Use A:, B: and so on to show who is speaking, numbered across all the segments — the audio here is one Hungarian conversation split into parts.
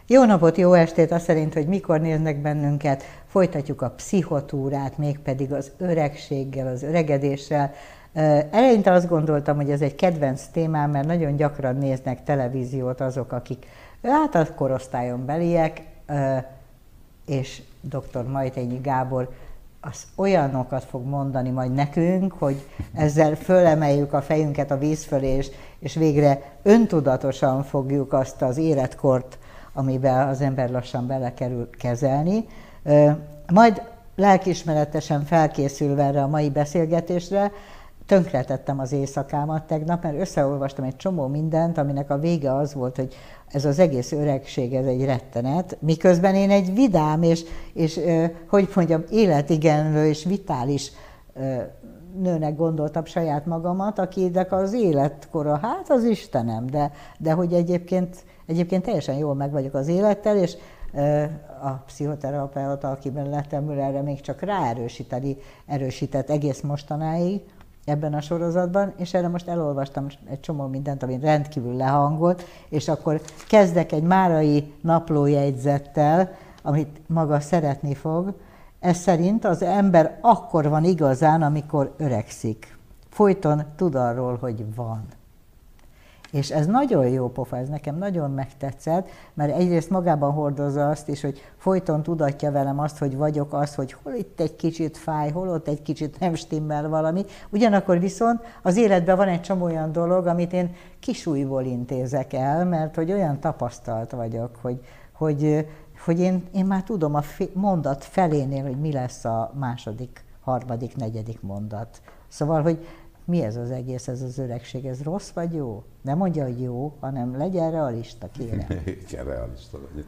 A: Jó napot, jó estét, azt szerint, hogy mikor néznek bennünket. Folytatjuk a pszichotúrát, mégpedig az öregséggel, az öregedéssel. Eleinte azt gondoltam, hogy ez egy kedvenc témám, mert nagyon gyakran néznek televíziót azok, akik hát a korosztályon beliek, és dr. Majthényi Gábor az olyanokat fog mondani majd nekünk, hogy ezzel fölemeljük a fejünket a víz fölé, és végre öntudatosan fogjuk azt az életkort, amiben az ember lassan belekerül, kezelni. Majd lelkiismeretesen felkészülve erre a mai beszélgetésre, tönkretettem az éjszakámat tegnap, mert összeolvastam egy csomó mindent, aminek a vége az volt, hogy ez az egész öregség, ez egy rettenet, miközben én egy vidám és hogy mondjam, életigenlő és vitális nőnek gondoltam saját magamat, akinek az életkora, hát az Istenem, de hogy egyébként teljesen jól meg vagyok az élettel, és a pszichoterapeuta, akiben lettem, erre még csak erősített egész mostanáig ebben a sorozatban, és erre most elolvastam egy csomó mindent, ami rendkívül lehangolt, és akkor kezdek egy márai naplójegyzettel, amit maga szeretni fog. Ez szerint az ember akkor van igazán, amikor öregszik. Folyton tud arról, hogy van. És ez nagyon jó pofa, ez nekem nagyon megtetszett, mert egyrészt magában hordozza azt is, hogy folyton tudatja velem azt, hogy vagyok az, hogy hol itt egy kicsit fáj, hol ott egy kicsit nem stimmel valami. Ugyanakkor viszont az életben van egy csomó olyan dolog, amit én kisújból intézek el, mert hogy olyan tapasztalt vagyok, hogy én már tudom a mondat felénél, hogy mi lesz a második, harmadik, negyedik mondat. Szóval, hogy mi ez az egész, ez az öregség, ez rossz vagy jó? Nem mondja, hogy jó, hanem legyen realista, kérem.
B: Igen, realista vagy.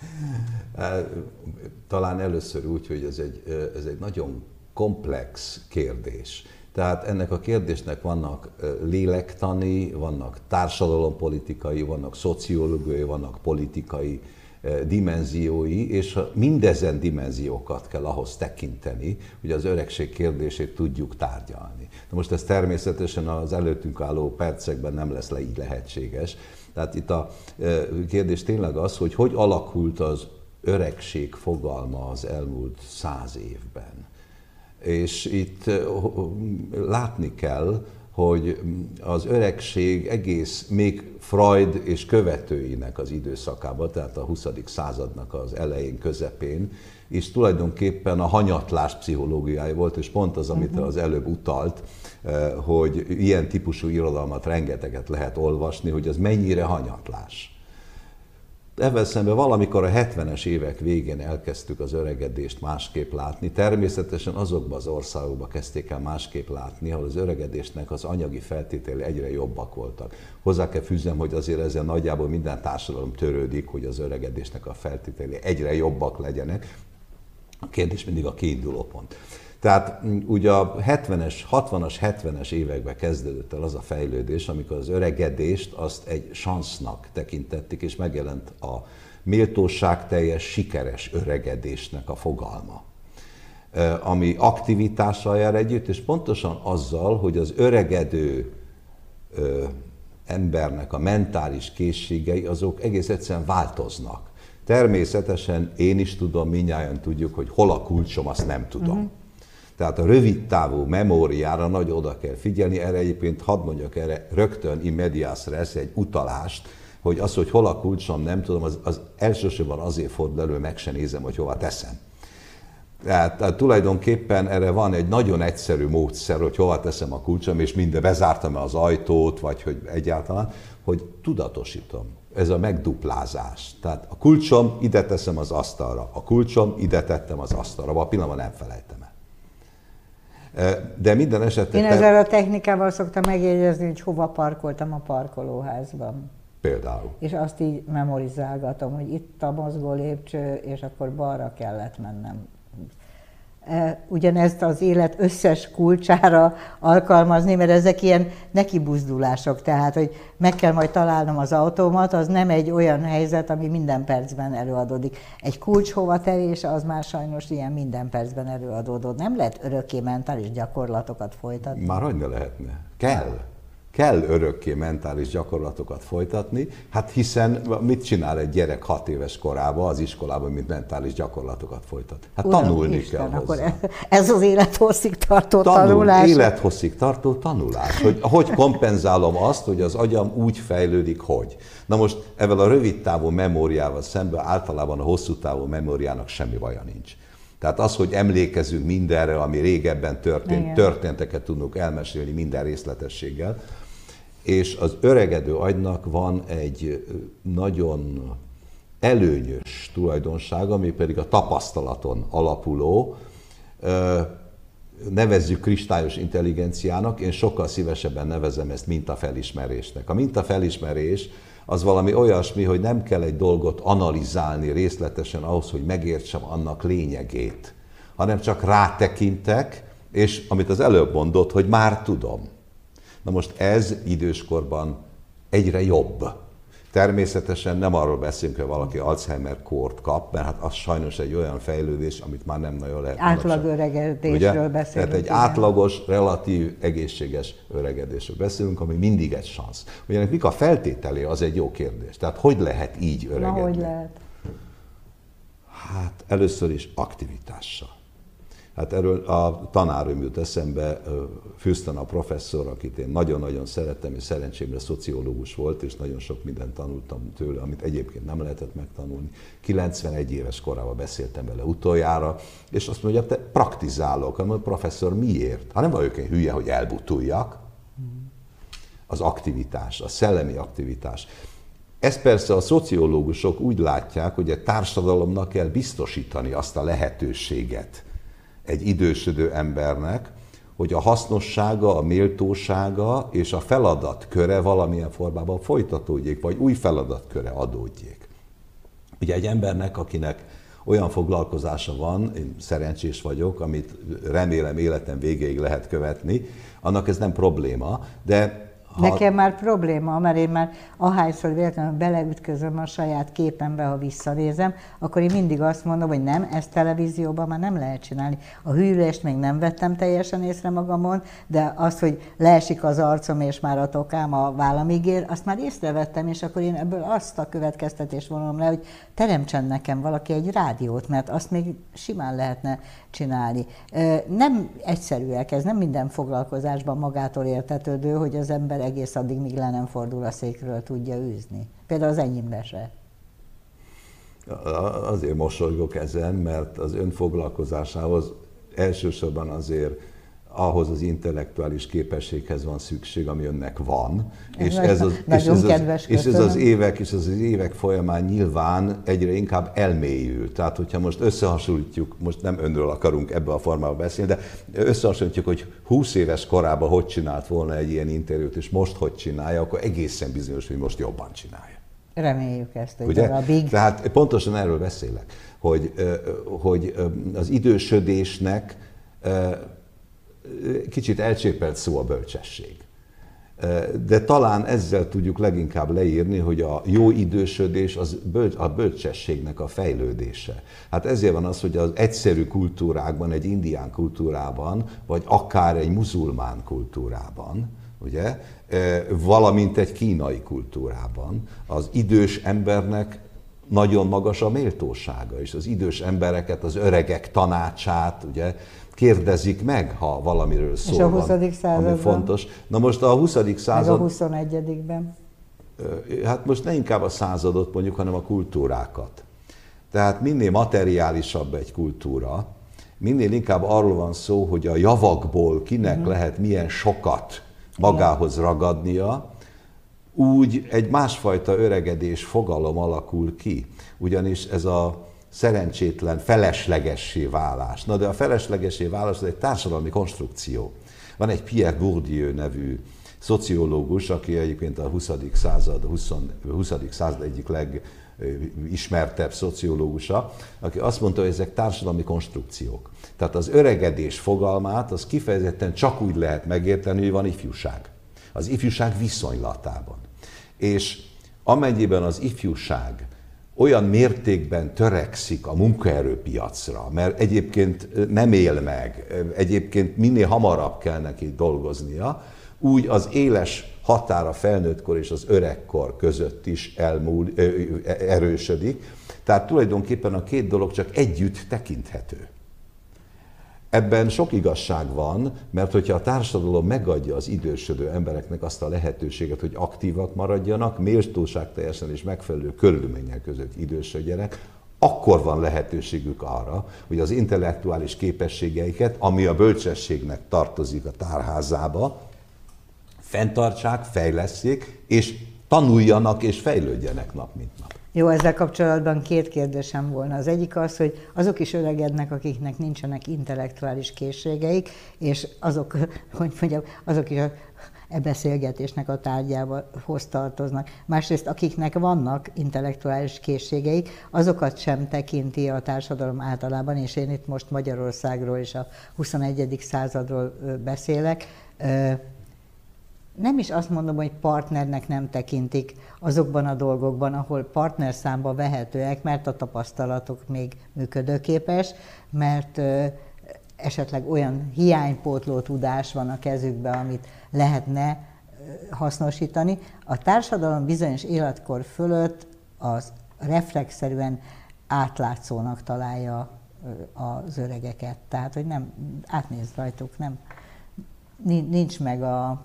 B: Talán először úgy, hogy ez egy nagyon komplex kérdés. Tehát ennek a kérdésnek vannak lélektani, vannak társadalompolitikai, vannak szociológiai, vannak politikai dimenziói, és mindezen dimenziókat kell ahhoz tekinteni, hogy az öregség kérdését tudjuk tárgyalni. Na most ez természetesen az előttünk álló percekben nem lesz így lehetséges. Tehát itt a kérdés tényleg az, hogy alakult az öregség fogalma az elmúlt 100 évben. És itt látni kell, hogy az öregség egész még Freud és követőinek az időszakában, tehát a 20. századnak az elején, közepén, és tulajdonképpen a hanyatlás pszichológiája volt, és pont az, amit az előbb utalt, hogy ilyen típusú irodalmat rengeteget lehet olvasni, hogy az mennyire hanyatlás. Ezzel szemben valamikor a 70-es évek végén elkezdtük az öregedést másképp látni. Természetesen azokban az országokban kezdték el másképp látni, ahol az öregedésnek az anyagi feltételei egyre jobbak voltak. Hozzá kell fűznem, hogy azért ezzel nagyjából minden társadalom törődik, hogy az öregedésnek a feltételei egyre jobbak legyenek. A kérdés mindig a kiinduló pont. Tehát ugye a 60-as, 70-es években kezdődött el az a fejlődés, amikor az öregedést azt egy sansznak tekintették, és megjelent a méltóságteljes, sikeres öregedésnek a fogalma, ami aktivitással jár együtt, és pontosan azzal, hogy az öregedő embernek a mentális készségei azok egész egyszerűen változnak. Természetesen én is tudom, mindnyájan tudjuk, hogy hol a kulcsom, azt nem tudom. Tehát a rövidtávú memóriára nagy oda kell figyelni, erre egyébként hadd mondjak erre rögtön in medias res egy utalást, hogy az, hogy hol a kulcsom, nem tudom, az elsősorban azért fordul elő, meg se nézem, hogy hova teszem. Tehát tulajdonképpen erre van egy nagyon egyszerű módszer, hogy hova teszem a kulcsom, és minden bezártam az ajtót, vagy hogy egyáltalán, hogy tudatosítom. Ez a megduplázás. Tehát a kulcsom ide teszem az asztalra, a kulcsom ide tettem az asztalra, a pillanatban nem felejtem el. De minden esetben...
A: Én ezzel a technikával szoktam megjegyezni, hogy hova parkoltam a parkolóházban.
B: Például.
A: És azt így memorizálgatom, hogy itt a mozgó lépcső, és akkor balra kellett mennem. Ugyanezt az élet összes kulcsára alkalmazni, mert ezek ilyen nekibuzdulások, tehát, hogy meg kell majd találnom az autómat, az nem egy olyan helyzet, ami minden percben előadódik. Egy kulcs hova tevése, az már sajnos ilyen minden percben előadódó. Nem lehet örökké mentális gyakorlatokat folytatni.
B: Már hogy ne lehetne? Kell. kell örökké mentális gyakorlatokat folytatni, hát hiszen mit csinál egy gyerek 6 éves korában az iskolában, mint mentális gyakorlatokat folytat? Hát
A: Uram,
B: tanulni
A: Isten,
B: kell hozzá.
A: akkor ez az élethosszig tartó tanulás.
B: Élethosszig tartó tanulás. Hogy kompenzálom azt, hogy az agyam úgy fejlődik, hogy. Na most ezzel a rövid távú memóriával szemben általában a hosszú távú memóriának semmi baja nincs. Tehát az, hogy emlékezünk mindenre, ami régebben történt, igen, történteket tudunk elmesélni minden részletességgel, és az öregedő agynak van egy nagyon előnyös tulajdonsága, ami pedig a tapasztalaton alapuló, nevezzük kristályos intelligenciának, én sokkal szívesebben nevezem ezt mintafelismerésnek. A mintafelismerés az valami olyasmi, hogy nem kell egy dolgot analizálni részletesen ahhoz, hogy megértsem annak lényegét, hanem csak rátekintek, és amit az előbb mondott, hogy már tudom. Na most ez időskorban egyre jobb. Természetesen nem arról beszélünk, hogy valaki Alzheimer-kórt kap, mert hát az sajnos egy olyan fejlődés, amit már nem nagyon lehet.
A: Átlag öregedésről beszélünk.
B: Tehát egy átlagos, relatív, egészséges öregedésről beszélünk, ami mindig egy szansz. Ugyanis mik a feltételé, az egy jó kérdés. Tehát hogy lehet így öregedni?
A: Na, hogy lehet?
B: Hát először is aktivitással. Hát erről a tanárom jut eszembe, Fürsten a professzor, akit én nagyon-nagyon szerettem, és szerencsémre szociológus volt, és nagyon sok mindent tanultam tőle, amit egyébként nem lehetett megtanulni. 91 éves korában beszéltem vele utoljára, és azt mondja, te praktizálok. Mondom, professzor, miért? Hát nem vagyok én hülye, hogy elbutuljak. Az aktivitás, a szellemi aktivitás. Ezt persze a szociológusok úgy látják, hogy a társadalomnak kell biztosítani azt a lehetőséget egy idősödő embernek, hogy a hasznossága, a méltósága és a feladatköre valamilyen formában folytatódjék, vagy új feladatköre adódjék. Ugye egy embernek, akinek olyan foglalkozása van, én szerencsés vagyok, amit remélem életem végéig lehet követni, annak ez nem probléma, de
A: nekem már probléma, mert én már ahányszor véletlenül beleütközöm a saját képembe, ha visszanézem, akkor én mindig azt mondom, hogy nem, ezt televízióban már nem lehet csinálni. A hűlést még nem vettem teljesen észre magamon, de az, hogy leesik az arcom és már a tokám a vállamig ér, azt már észrevettem, és akkor én ebből azt a következtetést vonom le, hogy teremtsen nekem valaki egy rádiót, mert azt még simán lehetne csinálni. Nem egyszerűek, ez nem minden foglalkozásban magától értetődő, hogy az ember egész addig, míg le nem fordul a székről, tudja űzni. Például az enyémbe se.
B: Azért mosolygok ezen, mert az önfoglalkozásához elsősorban azért ahhoz az intellektuális képességhez van szükség, ami önnek van. És ez az évek folyamán nyilván egyre inkább elmélyül. Tehát, hogyha most összehasonlítjuk, most nem önről akarunk ebbe a formában beszélni, de összehasonlítjuk, hogy 20 éves korában hogy csinált volna egy ilyen interjút, és most hogy csinálja, akkor egészen bizonyos, hogy most jobban csinálja.
A: Reméljük ezt egy
B: ugye?
A: darabig.
B: Tehát pontosan erről beszélek, hogy az idősödésnek kicsit elcsépelt szó a bölcsesség. De talán ezzel tudjuk leginkább leírni, hogy a jó idősödés az a bölcsességnek a fejlődése. Hát ezért van az, hogy az egyszerű kultúrákban, egy indián kultúrában, vagy akár egy muzulmán kultúrában, ugye, valamint egy kínai kultúrában az idős embernek nagyon magas a méltósága, és az idős embereket, az öregek tanácsát, ugye, kérdezik meg, ha valamiről szó van,
A: és a 20. században?
B: Ami fontos. Na most a 20. század...
A: Meg a 21-ben?
B: Hát most ne inkább a századot mondjuk, hanem a kultúrákat. Tehát minél materiálisabb egy kultúra, minél inkább arról van szó, hogy a javakból kinek lehet milyen sokat magához ragadnia, úgy egy másfajta öregedés fogalom alakul ki. Ugyanis ez a szerencsétlen feleslegessé válás. Na de a feleslegessé válás az egy társadalmi konstrukció. Van egy Pierre Bourdieu nevű szociológus, aki egyébként a 20. század egyik legismertebb szociológusa, aki azt mondta, hogy ezek társadalmi konstrukciók. Tehát az öregedés fogalmát az kifejezetten csak úgy lehet megérteni, hogy van ifjúság. Az ifjúság viszonylatában. És amennyiben az ifjúság olyan mértékben törekszik a munkaerőpiacra, mert egyébként nem él meg, egyébként minél hamarabb kell neki dolgoznia, úgy az éles határ a felnőttkor és az öregkor között is erősödik. Tehát tulajdonképpen a két dolog csak együtt tekinthető. Ebben sok igazság van, mert hogyha a társadalom megadja az idősödő embereknek azt a lehetőséget, hogy aktívak maradjanak, méltóságteljesen és megfelelő körülmények között idősödjenek, akkor van lehetőségük arra, hogy az intellektuális képességeiket, ami a bölcsességnek tartozik a tárházába, fenntartsák, fejlesszék, és tanuljanak és fejlődjenek nap mint nap.
A: Jó, ezzel kapcsolatban két kérdésem volna. Az egyik az, hogy azok is öregednek, akiknek nincsenek intellektuális készségeik, és azok, hogy mondjam, azok is a beszélgetésnek a tárgyához tartoznak. Másrészt, akiknek vannak intellektuális készségeik, azokat sem tekinti a társadalom általában, és én itt most Magyarországról és a 21. századról beszélek. Nem is azt mondom, hogy partnernek nem tekintik azokban a dolgokban, ahol partnerszámba vehetőek, mert a tapasztalatok még működőképes, mert esetleg olyan hiánypótló tudás van a kezükben, amit lehetne hasznosítani. A társadalom bizonyos életkor fölött az reflexzerűen átlátszónak találja az öregeket. Tehát, hogy nem átnéz rajtuk, nincs meg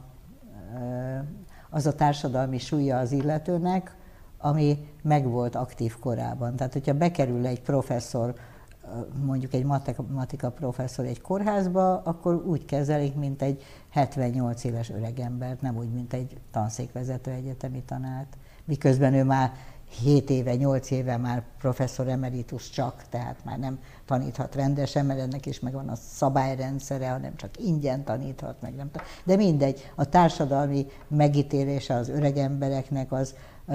A: az a társadalmi súlya az illetőnek, ami megvolt aktív korában. Tehát, hogyha bekerül egy professzor, mondjuk egy matematika professzor egy kórházba, akkor úgy kezelik, mint egy 78 éves öregembert, nem úgy, mint egy tanszékvezető egyetemi tanárt. Miközben ő már 7 éve, 8 éve már professzor emeritus csak, tehát már nem taníthat rendesen, mert ennek is megvan a szabályrendszere, hanem csak ingyen taníthat, meg nem tudom. De mindegy, a társadalmi megítélése az öreg embereknek az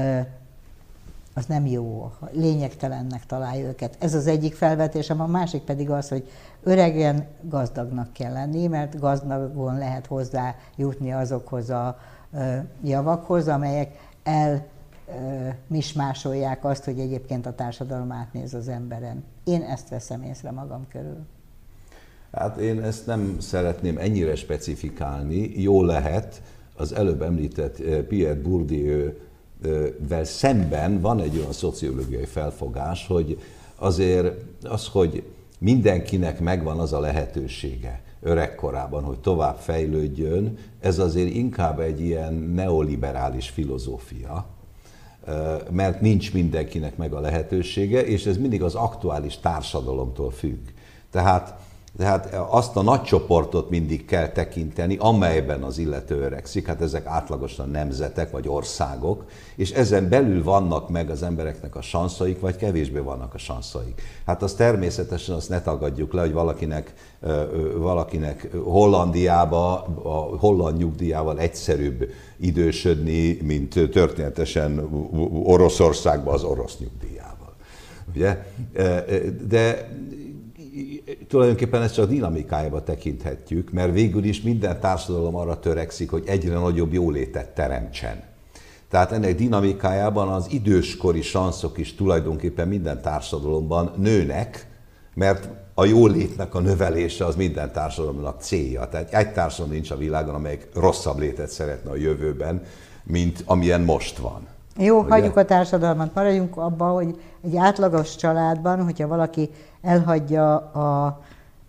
A: nem jó, lényegtelennek találja őket. Ez az egyik felvetésem, a másik pedig az, hogy öregen gazdagnak kell lenni, mert gazdagon lehet hozzájutni azokhoz a javakhoz, amelyek mismásolják azt, hogy egyébként a társadalom átnéz az emberen. Én ezt veszem észre magam körül.
B: Hát én ezt nem szeretném ennyire specifikálni. Jó lehet, az előbb említett Pierre Bourdieu-vel szemben van egy olyan szociológiai felfogás, hogy azért az, hogy mindenkinek megvan az a lehetősége öregkorában, hogy tovább fejlődjön, ez azért inkább egy ilyen neoliberális filozófia, mert nincs mindenkinek meg a lehetősége, és ez mindig az aktuális társadalomtól függ. Tehát azt a nagy csoportot mindig kell tekinteni, amelyben az illető öregszik, hát ezek átlagosan nemzetek vagy országok, és ezen belül vannak meg az embereknek a sanszaik, vagy kevésbé vannak a sanszaik. Hát az természetesen azt ne tagadjuk le, hogy valakinek Hollandiába, a holland nyugdíjával egyszerűbb idősödni, mint történetesen Oroszországban az orosz nyugdíjával. Ugye? De tulajdonképpen ezt csak a dinamikájába tekinthetjük, mert végül is minden társadalom arra törekszik, hogy egyre nagyobb jólétet teremtsen. Tehát ennek dinamikájában az időskori sanszok is tulajdonképpen minden társadalomban nőnek, mert a jólétnek a növelése az minden társadalomnak célja. Tehát egy társadalom nincs a világon, amelyik rosszabb létet szeretne a jövőben, mint amilyen most van.
A: Jó, ugye? Hagyjuk a társadalmat, maradjunk abba, hogy egy átlagos családban, hogyha valaki elhagyja a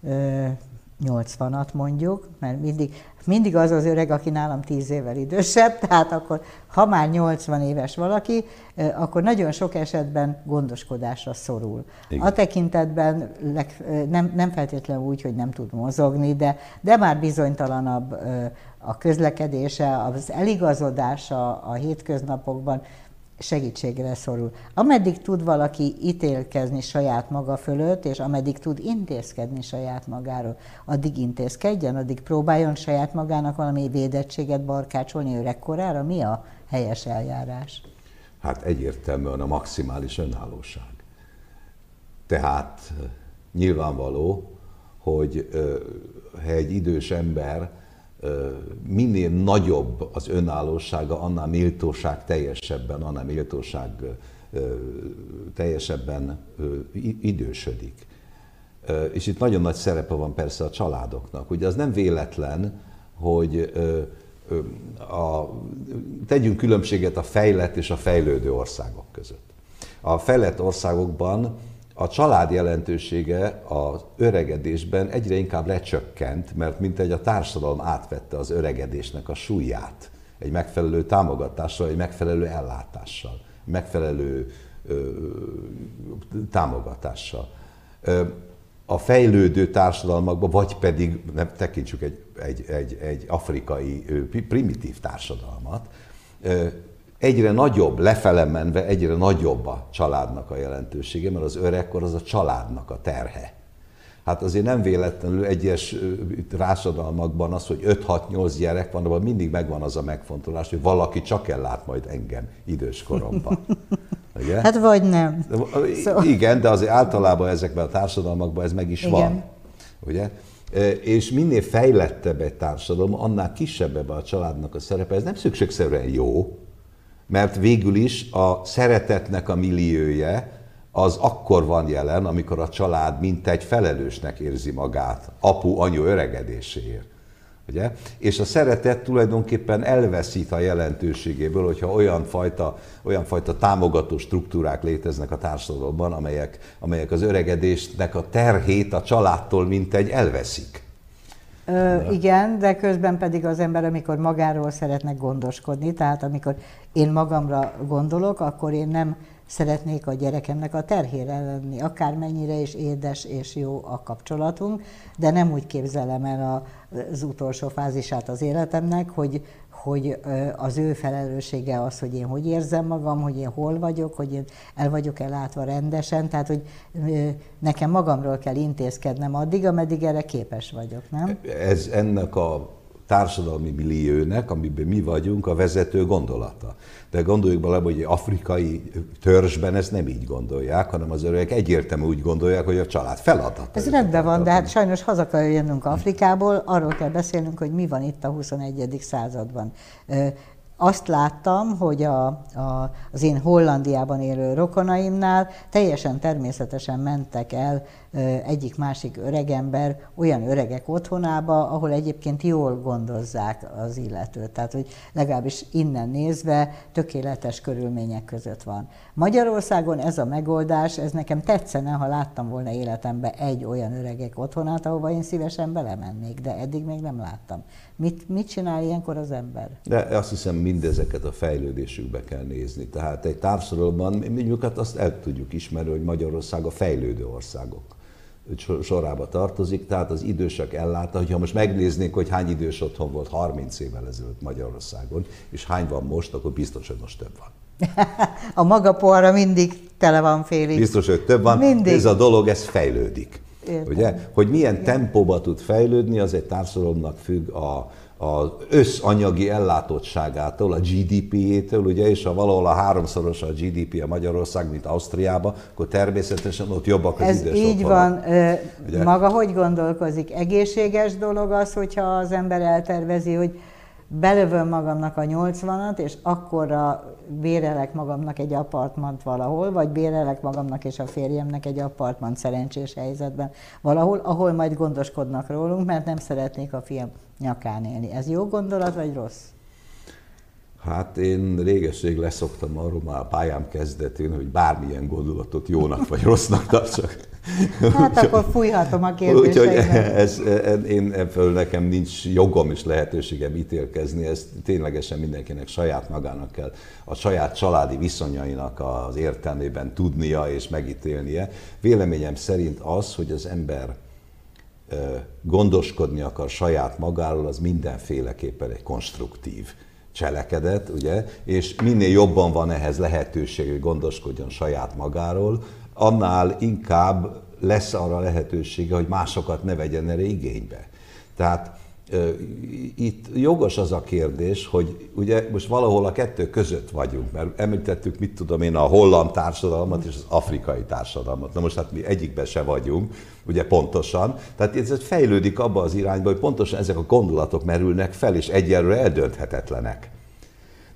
A: 80-at mondjuk, mert mindig az az öreg, aki nálam 10 évvel idősebb, tehát akkor, ha már 80 éves valaki, akkor nagyon sok esetben gondoskodásra szorul. Igen. A tekintetben nem feltétlenül úgy, hogy nem tud mozogni, de már bizonytalanabb a közlekedése, az eligazodása a hétköznapokban, segítségre szorul. Ameddig tud valaki ítélkezni saját maga fölött, és ameddig tud intézkedni saját magáról, addig intézkedjen, addig próbáljon saját magának valami védettséget barkácsolni öregkorára. Mi a helyes eljárás?
B: Hát egyértelműen a maximális önállóság. Tehát nyilvánvaló, hogy ha egy idős ember minél nagyobb az önállósága, annál méltóság teljesebben idősödik. És itt nagyon nagy szerepe van persze a családoknak. Ugye az nem véletlen, hogy tegyünk különbséget a fejlett és a fejlődő országok között. A fejlett országokban a család jelentősége az öregedésben egyre inkább lecsökkent, mert mintegy a társadalom átvette az öregedésnek a súlyát egy megfelelő támogatással, egy megfelelő ellátással, megfelelő támogatással. A fejlődő társadalmakban, vagy pedig nem tekintsük egy afrikai primitív társadalmat, egyre nagyobb, lefele menve egyre nagyobb a családnak a jelentősége, mert az öregkor az a családnak a terhe. Hát azért nem véletlenül egyes társadalmakban az, hogy 5-6-8 gyerek van, abban mindig megvan az a megfontolás, hogy valaki csak ellát majd engem idős koromban. Ugye?
A: Hát vagy nem.
B: Igen, de azért általában ezekben a társadalmakban ez meg is van. Ugye? És minél fejlettebb egy társadalom, annál kisebb ebben a családnak a szerepe. Ez nem szükségszerűen jó, mert végül is a szeretetnek a milliója az akkor van jelen, amikor a család mintegy felelősnek érzi magát apu-anyu öregedéséért. Ugye? És a szeretet tulajdonképpen elveszít a jelentőségéből, hogyha olyan fajta támogató struktúrák léteznek a társadalomban, amelyek az öregedésnek a terhét a családtól mintegy elveszik.
A: Igen, de közben pedig az ember, amikor magáról szeretne gondoskodni, tehát amikor én magamra gondolok, akkor én nem szeretnék a gyerekemnek a terhére lenni, akármennyire is édes és jó a kapcsolatunk, de nem úgy képzelem el az utolsó fázisát az életemnek, hogy az ő felelőssége az, hogy én hogy érzem magam, hogy én hol vagyok, hogy én el vagyok ellátva rendesen, tehát hogy nekem magamról kell intézkednem addig, ameddig erre képes vagyok, nem?
B: Ez ennek a társadalmi milliónek, amiben mi vagyunk, a vezető gondolata. De gondoljuk bele, hogy egy afrikai törzsben ezt nem így gondolják, hanem az öregek egyértelműen úgy gondolják, hogy a család feladata.
A: Ez rendben van, de hát sajnos haza kell jönnünk Afrikából, arról kell beszélnünk, hogy mi van itt a 21. században. Azt láttam, hogy az én Hollandiában élő rokonaimnál teljesen természetesen mentek el egyik-másik öregember olyan öregek otthonába, ahol egyébként jól gondozzák az illetőt. Tehát, hogy legalábbis innen nézve tökéletes körülmények között van. Magyarországon ez a megoldás, ez nekem tetszene, ha láttam volna életemben egy olyan öregek otthonát, ahova én szívesen belemennék, de eddig még nem láttam. Mit csinál ilyenkor az ember? De
B: azt hiszem, mindezeket a fejlődésükbe kell nézni. Tehát egy társadalomban, mindjukat azt el tudjuk ismerni, hogy Magyarország a fejlődő országok sorába tartozik, tehát az idősek ellátta, hogyha most megnéznénk, hogy hány idős otthon volt 30 évvel ezelőtt Magyarországon, és hány van most, akkor biztos, hogy most több van.
A: A maga pohara mindig tele van félig.
B: Biztos, hogy több van. Mindig. Ez a dolog, ez fejlődik. Ugye? Hogy milyen tempóba tud fejlődni, az egy társadalomnak függ az összanyagi ellátottságától, a GDP-jétől, ugye, és ha valahol a háromszoros a GDP a Magyarország, mint Ausztriában, akkor természetesen ott jobbak az idős otthonok. Ez így van.
A: Ugye? Maga hogy gondolkozik? Egészséges dolog az, hogyha az ember eltervezi, hogy belövöm magamnak a 80-at, és akkorra bérelek magamnak egy apartmant valahol, vagy bérelek magamnak és a férjemnek egy apartmant szerencsés helyzetben valahol, ahol majd gondoskodnak rólunk, mert nem szeretnék a fiam nyakán élni. Ez jó gondolat, vagy rossz?
B: Hát én réges-rég leszoktam arról már a pályám kezdetén, hogy bármilyen gondolatot jónak vagy rossznak tartsak.
A: Hát akkor fújhatom a kérdéseimet.
B: Úgyhogy nekem nincs jogom és lehetőségem ítélkezni, ezt ténylegesen mindenkinek saját magának kell a saját családi viszonyainak az értelmében tudnia és megítélnie. Véleményem szerint az, hogy az ember gondoskodni akar saját magáról, az mindenféleképpen egy konstruktív cselekedet, ugye? És minél jobban van ehhez lehetőség, hogy gondoskodjon saját magáról, annál inkább lesz arra lehetősége, hogy másokat ne vegyen erre igénybe. Tehát itt jogos az a kérdés, hogy ugye most valahol a kettő között vagyunk, mert említettük, mit tudom én, a holland társadalmat és az afrikai társadalmat. Na most hát mi egyikben se vagyunk, ugye pontosan. Tehát ez fejlődik abba az irányba, hogy pontosan ezek a gondolatok merülnek fel, és egyelőre eldönthetetlenek.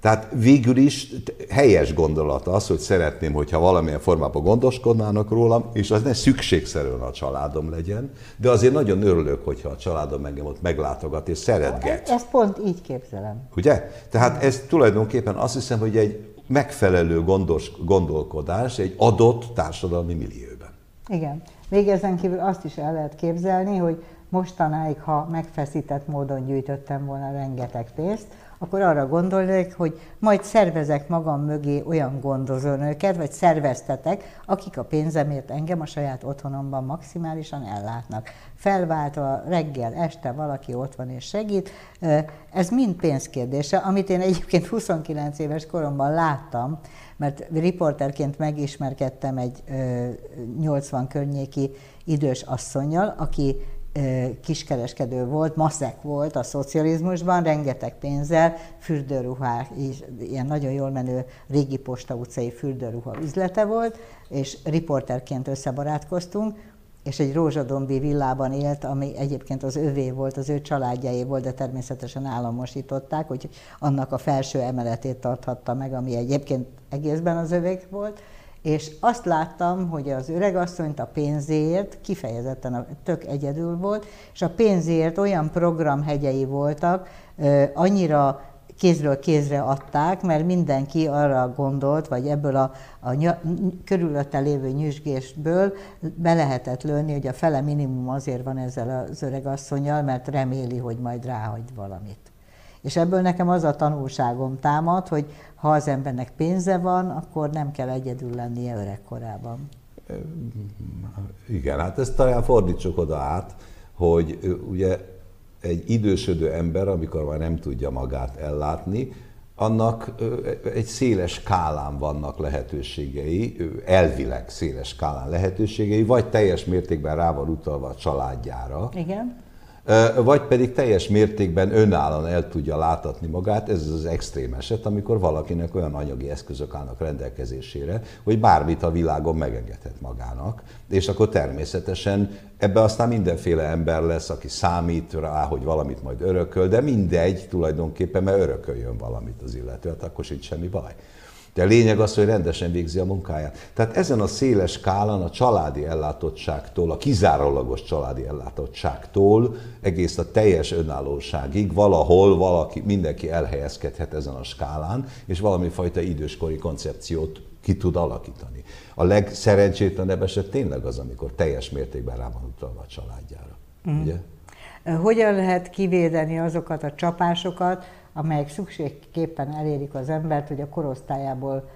B: Tehát végül is helyes gondolat az, hogy szeretném, hogyha valamilyen formában gondoskodnának rólam, és az ne szükségszerűen a családom legyen, de azért nagyon örülök, hogyha a családom engem ott meglátogat és szeretget.
A: Ezt pont így képzelem.
B: Ugye? Tehát ez tulajdonképpen azt hiszem, hogy egy megfelelő gondolkodás egy adott társadalmi millióben.
A: Igen. Még ezen kívül azt is el lehet képzelni, hogy mostanáig, ha megfeszített módon gyűjtöttem volna rengeteg pénzt, akkor arra gondolnék, hogy majd szervezek magam mögé olyan gondozónőket, vagy szerveztetek, akik a pénzemért engem a saját otthonomban maximálisan ellátnak. Felváltva reggel, este valaki ott van és segít. Ez mind pénzkérdése, amit én egyébként 29 éves koromban láttam, mert riporterként megismerkedtem egy 80 környéki idős asszonnyal, aki kiskereskedő volt, maszek volt a szocializmusban, rengeteg pénzzel, fürdőruhák, ilyen nagyon jól menő régi Posta utcai fürdőruha üzlete volt, és riporterként összebarátkoztunk, és egy rózsadombi villában élt, ami egyébként az övé volt, az ő családjáé volt, de természetesen államosították, hogy annak a felső emeletét tarthatta meg, ami egyébként egészben az övék volt. És azt láttam, hogy az öregasszonyt a pénzéért, kifejezetten tök egyedül volt, és a pénzéért olyan programhegyei voltak, annyira kézről kézre adták, mert mindenki arra gondolt, vagy ebből a körülötte lévő nyüzsgésből be lehetett lőni, hogy a fele minimum azért van ezzel az öregasszonnyal, mert reméli, hogy majd ráhagy valamit. És ebből nekem az a tanulságom támad, hogy ha az embernek pénze van, akkor nem kell egyedül lennie öregkorában.
B: Igen, hát ezt talán fordítsuk oda át, hogy ugye egy idősödő ember, amikor már nem tudja magát ellátni, annak egy széles skálán vannak lehetőségei, elvileg széles skálán lehetőségei, vagy teljes mértékben rá van utalva a családjára.
A: Igen.
B: Vagy pedig teljes mértékben önállóan el tudja láttatni magát, ez az extrém eset, amikor valakinek olyan anyagi eszközök állnak rendelkezésére, hogy bármit a világon megengedhet magának, és akkor természetesen ebbe aztán mindenféle ember lesz, aki számít rá, hogy valamit majd örököl, de mindegy tulajdonképpen, mert örököljön valamit az illető, hát akkor sincs semmi baj. De a lényeg az, hogy rendesen végzi a munkáját. Tehát ezen a széles skálán a családi ellátottságtól, a kizárólagos családi ellátottságtól egész a teljes önállóságig valahol mindenki elhelyezkedhet ezen a skálán, és valami fajta időskori koncepciót ki tud alakítani. A legszerencsétlenebb eset tényleg az, amikor teljes mértékben rá van utalva a családjára. Ugye?
A: Hogyan lehet kivédeni azokat a csapásokat, amelyek szükségképpen elérik az embert, hogy a korosztályából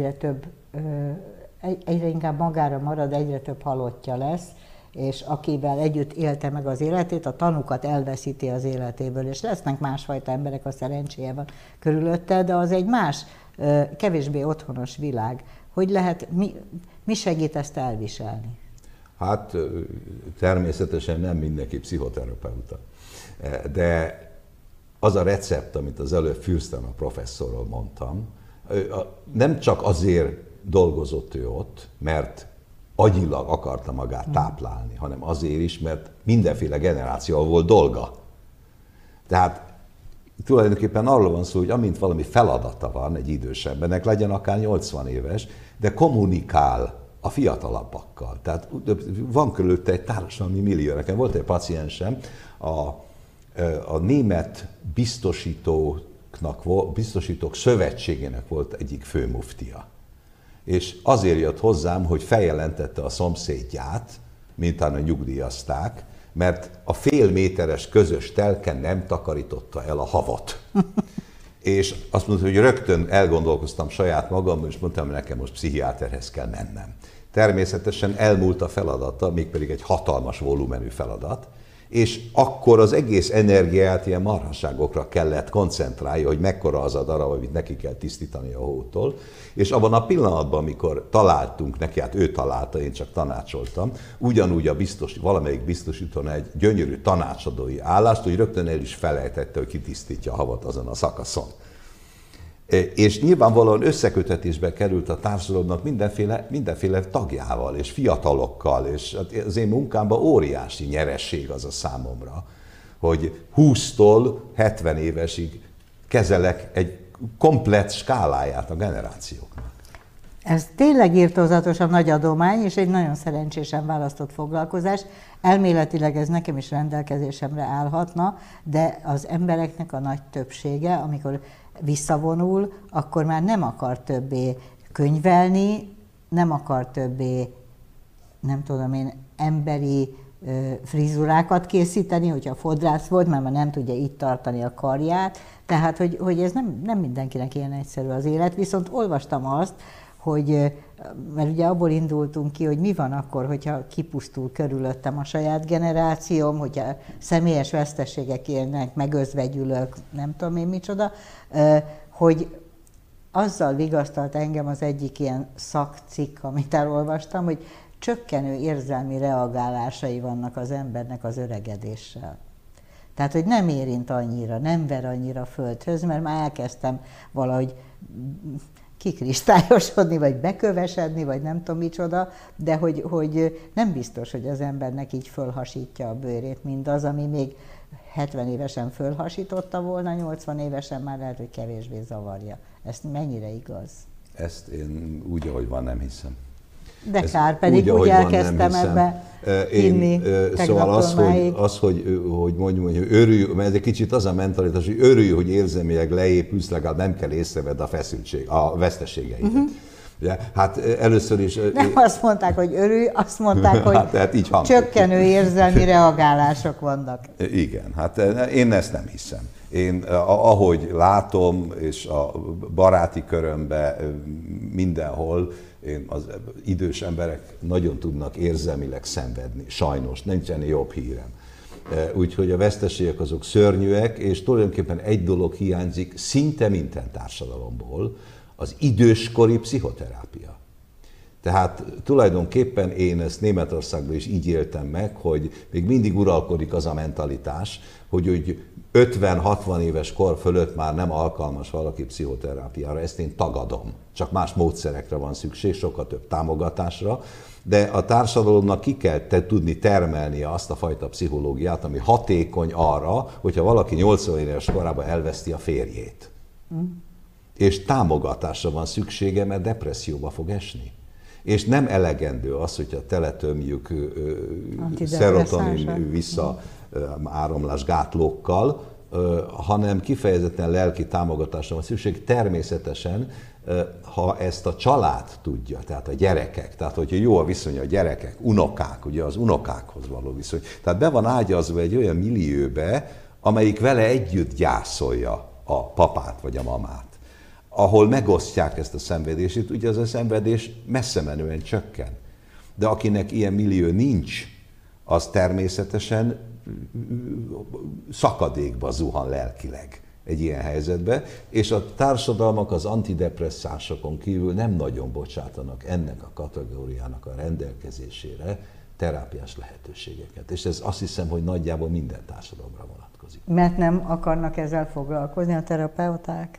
A: egyre inkább magára marad, egyre több halottja lesz, és akivel együtt élte meg az életét, a tanukat elveszíti az életéből, és lesznek másfajta emberek, a szerencséje van körülötte, de az egy más, kevésbé otthonos világ. Hogy lehet, mi segít ezt elviselni?
B: Hát természetesen nem mindenki pszichoterapeuta, de az a recept, amit az előbb Fürsten a professzorról mondtam, nem csak azért dolgozott ő ott, mert agyilag akarta magát táplálni, hanem azért is, mert mindenféle generációval volt dolga. Tehát tulajdonképpen arról van szó, hogy amint valami feladata van egy idősebbnek, legyen akár 80 éves, de kommunikál a fiatalabbakkal. Tehát van körülötte egy társadalmi millió. Nekem volt egy paciensem, a német biztosítók szövetségének volt egyik főmuftia. És azért jött hozzám, hogy feljelentette a szomszédját, miután nyugdíjazták, mert a fél méteres közös telken nem takarította el a havat. És azt mondta, hogy rögtön elgondolkoztam saját magamban, és mondtam, hogy nekem most pszichiáterhez kell mennem. Természetesen elmúlt a feladata, mégpedig egy hatalmas volumenű feladat, és akkor az egész energiát ilyen marhaságokra kellett koncentrálja, hogy mekkora az a darab, amit neki kell tisztítani a hótól. És abban a pillanatban, amikor találtunk neki, hát ő találta, én csak tanácsoltam, ugyanúgy valamelyik biztosítón egy gyönyörű tanácsadói állást, hogy rögtön el is felejtette, hogy kitisztítja a havat azon a szakaszon. És nyilvánvalóan összekötetésbe került a társadalomnak mindenféle tagjával és fiatalokkal, és az én munkámban óriási nyeresség az a számomra, hogy 20-tól 70 évesig kezelek egy komplett skáláját a generációknak.
A: Ez tényleg irtózatosan nagy adomány, és egy nagyon szerencsésen választott foglalkozás. Elméletileg ez nekem is rendelkezésemre állhatna, de az embereknek a nagy többsége, amikor visszavonul, akkor már nem akar többé könyvelni, nem akar többé, nem tudom én, emberi frizurákat készíteni, hogyha fodrász volt, mert már nem tudja itt tartani a karját. Tehát, hogy ez nem mindenkinek ilyen egyszerű az élet, viszont olvastam azt, hogy, mert ugye abból indultunk ki, hogy mi van akkor, hogyha kipusztul körülöttem a saját generációm, hogyha személyes veszteségek érnek, megözvegyülök, nem tudom én micsoda, hogy azzal vigasztalt engem az egyik ilyen szakcikk, amit elolvastam, hogy csökkenő érzelmi reagálásai vannak az embernek az öregedéssel. Tehát, hogy nem érint annyira, nem ver annyira földhöz, mert már elkezdtem valahogy kikristályosodni, vagy bekövesedni, vagy nem tudom micsoda, de hogy nem biztos, hogy az embernek így fölhasítja a bőrét mindaz, ami még 70 évesen fölhasította volna, 80 évesen már lehet, hogy kevésbé zavarja. Ez mennyire igaz?
B: Ezt én úgy, ahogy van, nem hiszem.
A: De kár, pedig úgy elkezdtem ebbe hinni.
B: Szóval az, hogy mondjuk, hogy örülj, mert ez egy kicsit az a mentalitás, hogy örülj, hogy érzelmileg leépülsz, legalább nem kell észrevedd a feszültség, a veszteségeidet. Ugye? Hát először is...
A: Nem azt mondták, hogy örülj, azt mondták, hogy
B: hát így
A: csökkenő érzelmi reagálások vannak.
B: Igen, hát én ezt nem hiszem. Én ahogy látom, és a baráti körömben mindenhol, az idős emberek nagyon tudnak érzelmileg szenvedni, sajnos, nincsen jobb hírem. Úgyhogy a veszteségek azok szörnyűek, és tulajdonképpen egy dolog hiányzik szinte minden társadalomból, az időskori pszichoterápia. Tehát tulajdonképpen én ezt Németországban is így éltem meg, hogy még mindig uralkodik az a mentalitás, hogy 50-60 éves kor fölött már nem alkalmas valaki pszichoterápiára, ezt én tagadom. Csak más módszerekre van szükség, sokkal több támogatásra, de a társadalomnak ki kell tudni termelnie azt a fajta pszichológiát, ami hatékony arra, hogyha valaki 80 éves korában elveszti a férjét. És támogatásra van szüksége, mert depresszióba fog esni. És nem elegendő az, hogyha teletömjük szerotonin visszaáramlás gátlókkal, hanem kifejezetten lelki támogatásra van szükség. Természetesen, ha ezt a család tudja, tehát a gyerekek, tehát hogyha jó a viszony a gyerekek, unokák, ugye az unokákhoz való viszony, tehát be van ágyazva egy olyan millióbe, amelyik vele együtt gyászolja a papát vagy a mamát, ahol megosztják ezt a szenvedését, ugye az a szenvedés messze menően csökken. De akinek ilyen millió nincs, az természetesen szakadékba zuhan lelkileg egy ilyen helyzetbe, és a társadalmak az antidepresszásokon kívül nem nagyon bocsátanak ennek a kategóriának a rendelkezésére terápiás lehetőségeket. És ez azt hiszem, hogy nagyjából minden társadalomra vonatkozik.
A: Mert nem akarnak ezzel foglalkozni a terapeuták?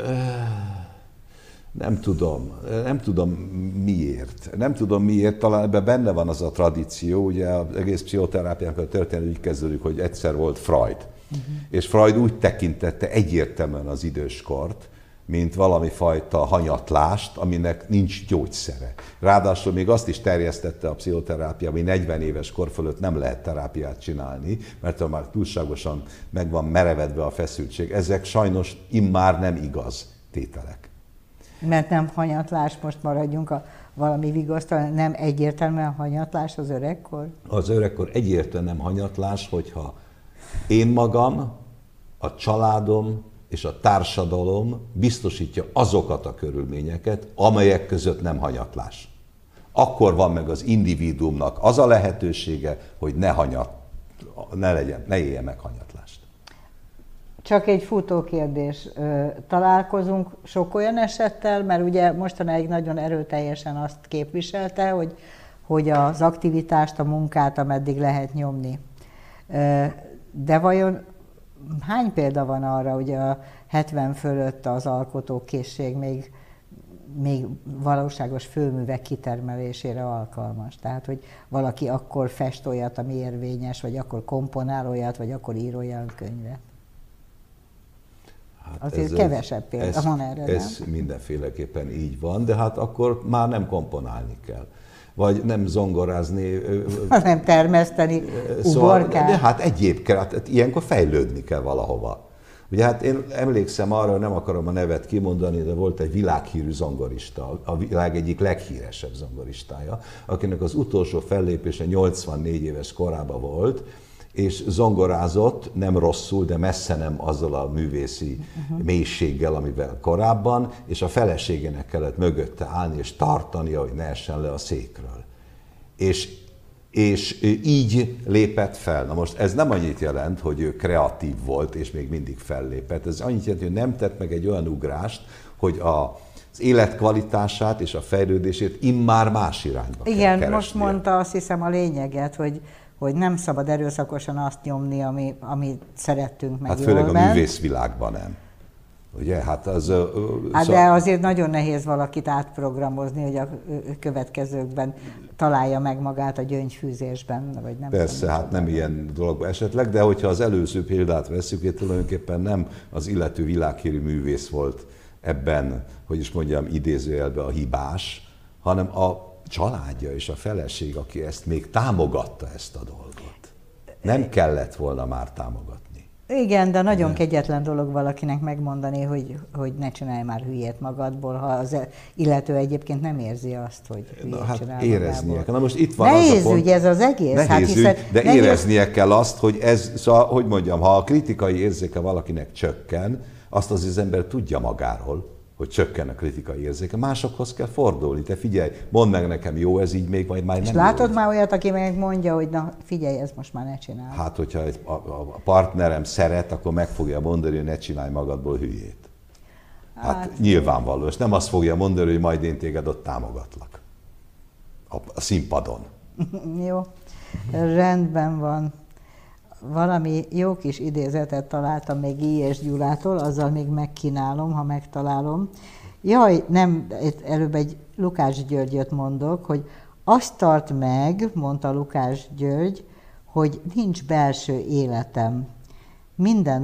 B: Nem tudom miért. Nem tudom miért, talán ebben benne van az a tradíció, ugye az egész pszichoterápiának a történet úgy kezdődik, hogy egyszer volt Freud. És Freud úgy tekintette egyértelműen az időskort, mint valami fajta hanyatlást, aminek nincs gyógyszere. Ráadásul még azt is terjesztette a pszichoterápia, ami 40 éves kor fölött nem lehet terápiát csinálni, mert már túlságosan meg van merevedve a feszültség. Ezek sajnos immár nem igaz tételek.
A: Mert nem hanyatlás, most maradjunk a valami vigasztalan, nem egyértelműen hanyatlás az öregkor?
B: Az öregkor egyértelműen nem hanyatlás, hogyha én magam, a családom és a társadalom biztosítja azokat a körülményeket, amelyek között nem hanyatlás. Akkor van meg az individuumnak az a lehetősége, hogy ne élje meg hanyatlást.
A: Csak egy futó kérdés. Találkozunk sok olyan esettel, mert ugye mostanáig nagyon erőteljesen azt képviselte, hogy az aktivitást, a munkát, ameddig lehet nyomni. De vajon hány példa van arra, hogy a 70 fölött az alkotókészség még valóságos főművek kitermelésére alkalmas? Tehát, hogy valaki akkor fest olyat, ami érvényes, vagy akkor komponál olyat, vagy akkor ír olyan könyvet? Hát azért kevesebb példa van erre,
B: Ez mindenféleképpen így van, de hát akkor már nem komponálni kell. Vagy nem zongorázni.
A: Nem termeszteni uborkát.
B: Szóval, de hát egyébként, hát ilyenkor fejlődni kell valahova. Ugye hát én emlékszem arra, nem akarom a nevet kimondani, de volt egy világhírű zongorista, a világ egyik leghíresebb zongoristája, akinek az utolsó fellépése 84 éves korában volt, és zongorázott, nem rosszul, de messze nem azzal a művészi mélységgel, amivel korábban, és a feleségének kellett mögötte állni és tartania, hogy ne essen le a székről. És így lépett fel. Na most ez nem annyit jelent, hogy ő kreatív volt, és még mindig fellépett. Ez annyit jelent, hogy nem tett meg egy olyan ugrást, hogy az életkvalitását és a fejlődését immár más irányba kell keresnie.
A: Igen, most mondta azt hiszem a lényeget, hogy nem szabad erőszakosan azt nyomni, amit szerettünk, meg
B: hát
A: jól
B: főleg a
A: ment.
B: művészvilágban nem. Ugye, hát az...
A: Hát de azért nagyon nehéz valakit átprogramozni, hogy a következőkben találja meg magát a gyöngyfűzésben, vagy nem.
B: Persze, hát nem ilyen dolog esetleg, de hogyha az előző példát vesszük, hogy tulajdonképpen nem az illető világhírű művész volt ebben, hogy is mondjam, idézőjelben a hibás, hanem a családja és a feleség, aki ezt még támogatta ezt a dolgot. Nem kellett volna már támogatni.
A: Igen, de nagyon kegyetlen dolog valakinek megmondani, hogy ne csinálj már hülyét magadból, ha az illető egyébként nem érzi azt, hogy hülyét csinál
B: éreznie kell. Na most itt van
A: nehéz
B: az a pont,
A: ügy ez az egész.
B: Nehéz ügy, de éreznie kell azt, hogy ez, szóval, hogy mondjam, ha a kritikai érzéke valakinek csökken, azt az ember tudja magáról, hogy csökken a kritikai érzéke, másokhoz kell fordulni. Te figyelj, mondd meg nekem, jó, ez így még majd nem. És
A: látod már olyat, aki megmondja, hogy na figyelj, ezt most már ne csinálj.
B: Hát, hogyha a partnerem szeret, akkor meg fogja mondani, hogy ne csinálj magadból hülyét. Hát nyilvánvaló, és nem azt fogja mondani, hogy majd én téged ott támogatlak. A színpadon.
A: Jó, rendben van. Valami jó kis idézetet találtam még I. és Gyulától, azzal még megkínálom, ha megtalálom. Jaj, nem, előbb egy Lukács Györgyöt mondok, hogy azt tart meg, mondta Lukács György, hogy nincs belső életem. Minden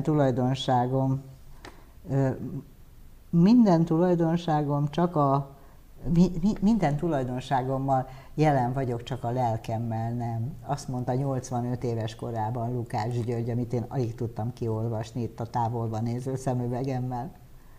A: tulajdonságom csak minden tulajdonságommal jelen vagyok, csak a lelkemmel nem. Azt mondta 85 éves korában Lukács György, amit én alig tudtam kiolvasni itt a távolban néző szemüvegemmel.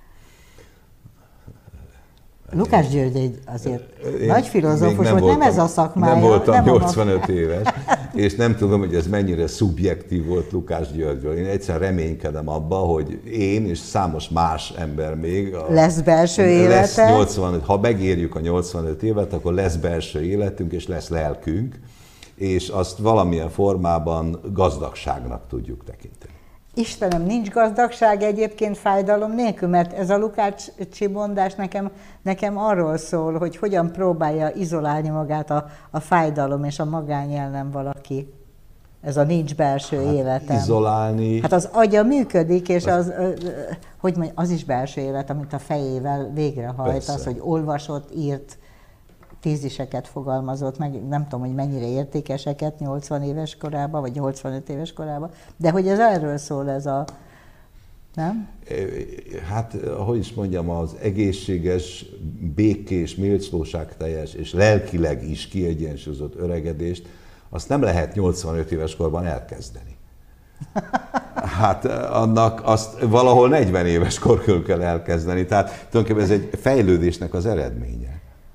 A: Lukács György azért nagy filozófus volt, nem ez a szakmája.
B: Nem voltam 85 éves, és nem tudom, hogy ez mennyire szubjektív volt Lukács Györgyről. Én egyszer reménykedem abba, hogy én és számos más ember még...
A: Lesz belső élete.
B: 85, ha megérjük a 85 évet, akkor lesz belső életünk, és lesz lelkünk, és azt valamilyen formában gazdagságnak tudjuk tekinteni.
A: Istenem, nincs gazdagság egyébként fájdalom nélkül, mert ez a Lukácsi mondás nekem arról szól, hogy hogyan próbálja izolálni magát a fájdalom és a magány ellen valaki. Ez a nincs belső életem.
B: Izolálni...
A: Hát az agya működik, és az is belső élet, amit a fejével végrehajt. Persze. Az, hogy olvasott, írt, téziseket fogalmazott, meg nem tudom, hogy mennyire értékeseket 80 éves korában, vagy 85 éves korában, de hogy ez erről szól ez a... Nem?
B: Hát, ahogy is mondjam, az egészséges, békés, méltóságteljes és lelkileg is kiegyensúlyozott öregedést, azt nem lehet 85 éves korban elkezdeni. Hát annak azt valahol 40 éves kor körül kell elkezdeni, tehát tulajdonképpen ez egy fejlődésnek az eredménye.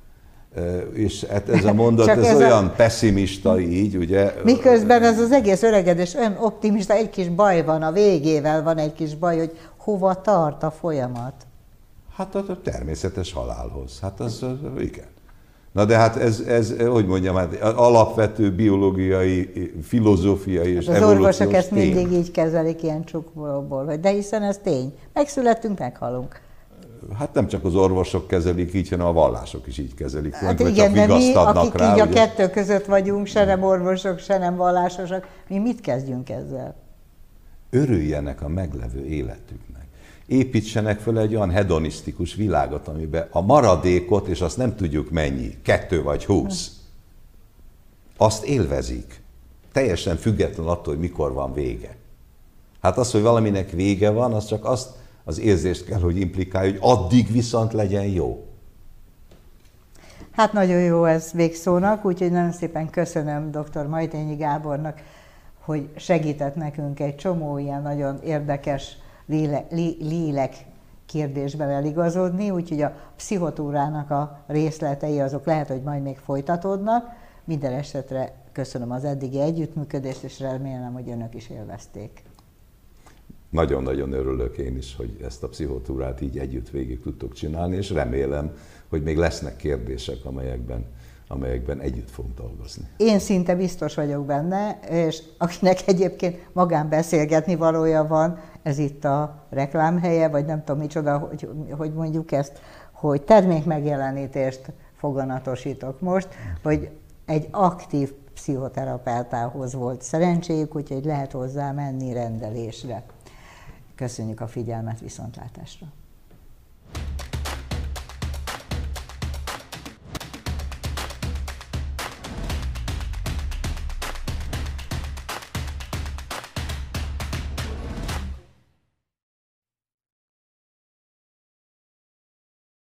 B: És hát ez a mondat, ez olyan pessimista így, ugye?
A: Miközben ez az egész öregedés olyan optimista, egy kis baj van, a végével van egy kis baj, hogy hova tart a folyamat.
B: Hát a természetes halálhoz, hát az igen. Na de hát ez hogy mondjam, hát alapvető biológiai, filozófiai és
A: hát az orvosok ezt
B: tény.
A: Mindig így kezelik ilyen csukból, de hiszen ez tény. Megszülettünk, meghalunk.
B: Hát nem csak az orvosok kezelik így, hanem a vallások is így kezelik.
A: Hát igen, de mi, akik rá, így ugye? A kettő között vagyunk, se nem orvosok, se nem vallásosok, mi mit kezdjünk ezzel?
B: Örüljenek a meglevő életüknek. Építsenek fel egy olyan hedonisztikus világot, amiben a maradékot, és azt nem tudjuk mennyi, 2 vagy 20, azt élvezik. Teljesen független attól, hogy mikor van vége. Hát az, hogy valaminek vége van, az csak azt az érzést kell, hogy implikálja, hogy addig viszont legyen jó.
A: Hát nagyon jó ez végszónak, úgyhogy nagyon szépen köszönöm dr. Majthényi hogy segített nekünk egy csomó ilyen nagyon érdekes lélek kérdésben eligazodni, úgyhogy a pszichotúrának a részletei azok lehet, hogy majd még folytatódnak. Minden esetre köszönöm az eddigi együttműködést, és remélem, hogy önök is élvezték.
B: Nagyon-nagyon örülök én is, hogy ezt a pszichotúrát így együtt végig tudtuk csinálni, és remélem, hogy még lesznek kérdések, amelyekben együtt fogunk dolgozni.
A: Én szinte biztos vagyok benne, és akinek egyébként magánbeszélgetni valója van, ez itt a reklámhelye, vagy nem tudom micsoda, hogy mondjuk ezt, hogy termékmegjelenítést foganatosítok most, hogy egy aktív pszichoterapeutához volt szerencséjük, úgyhogy lehet hozzá menni rendelésre. Köszönjük a figyelmet, viszontlátásra!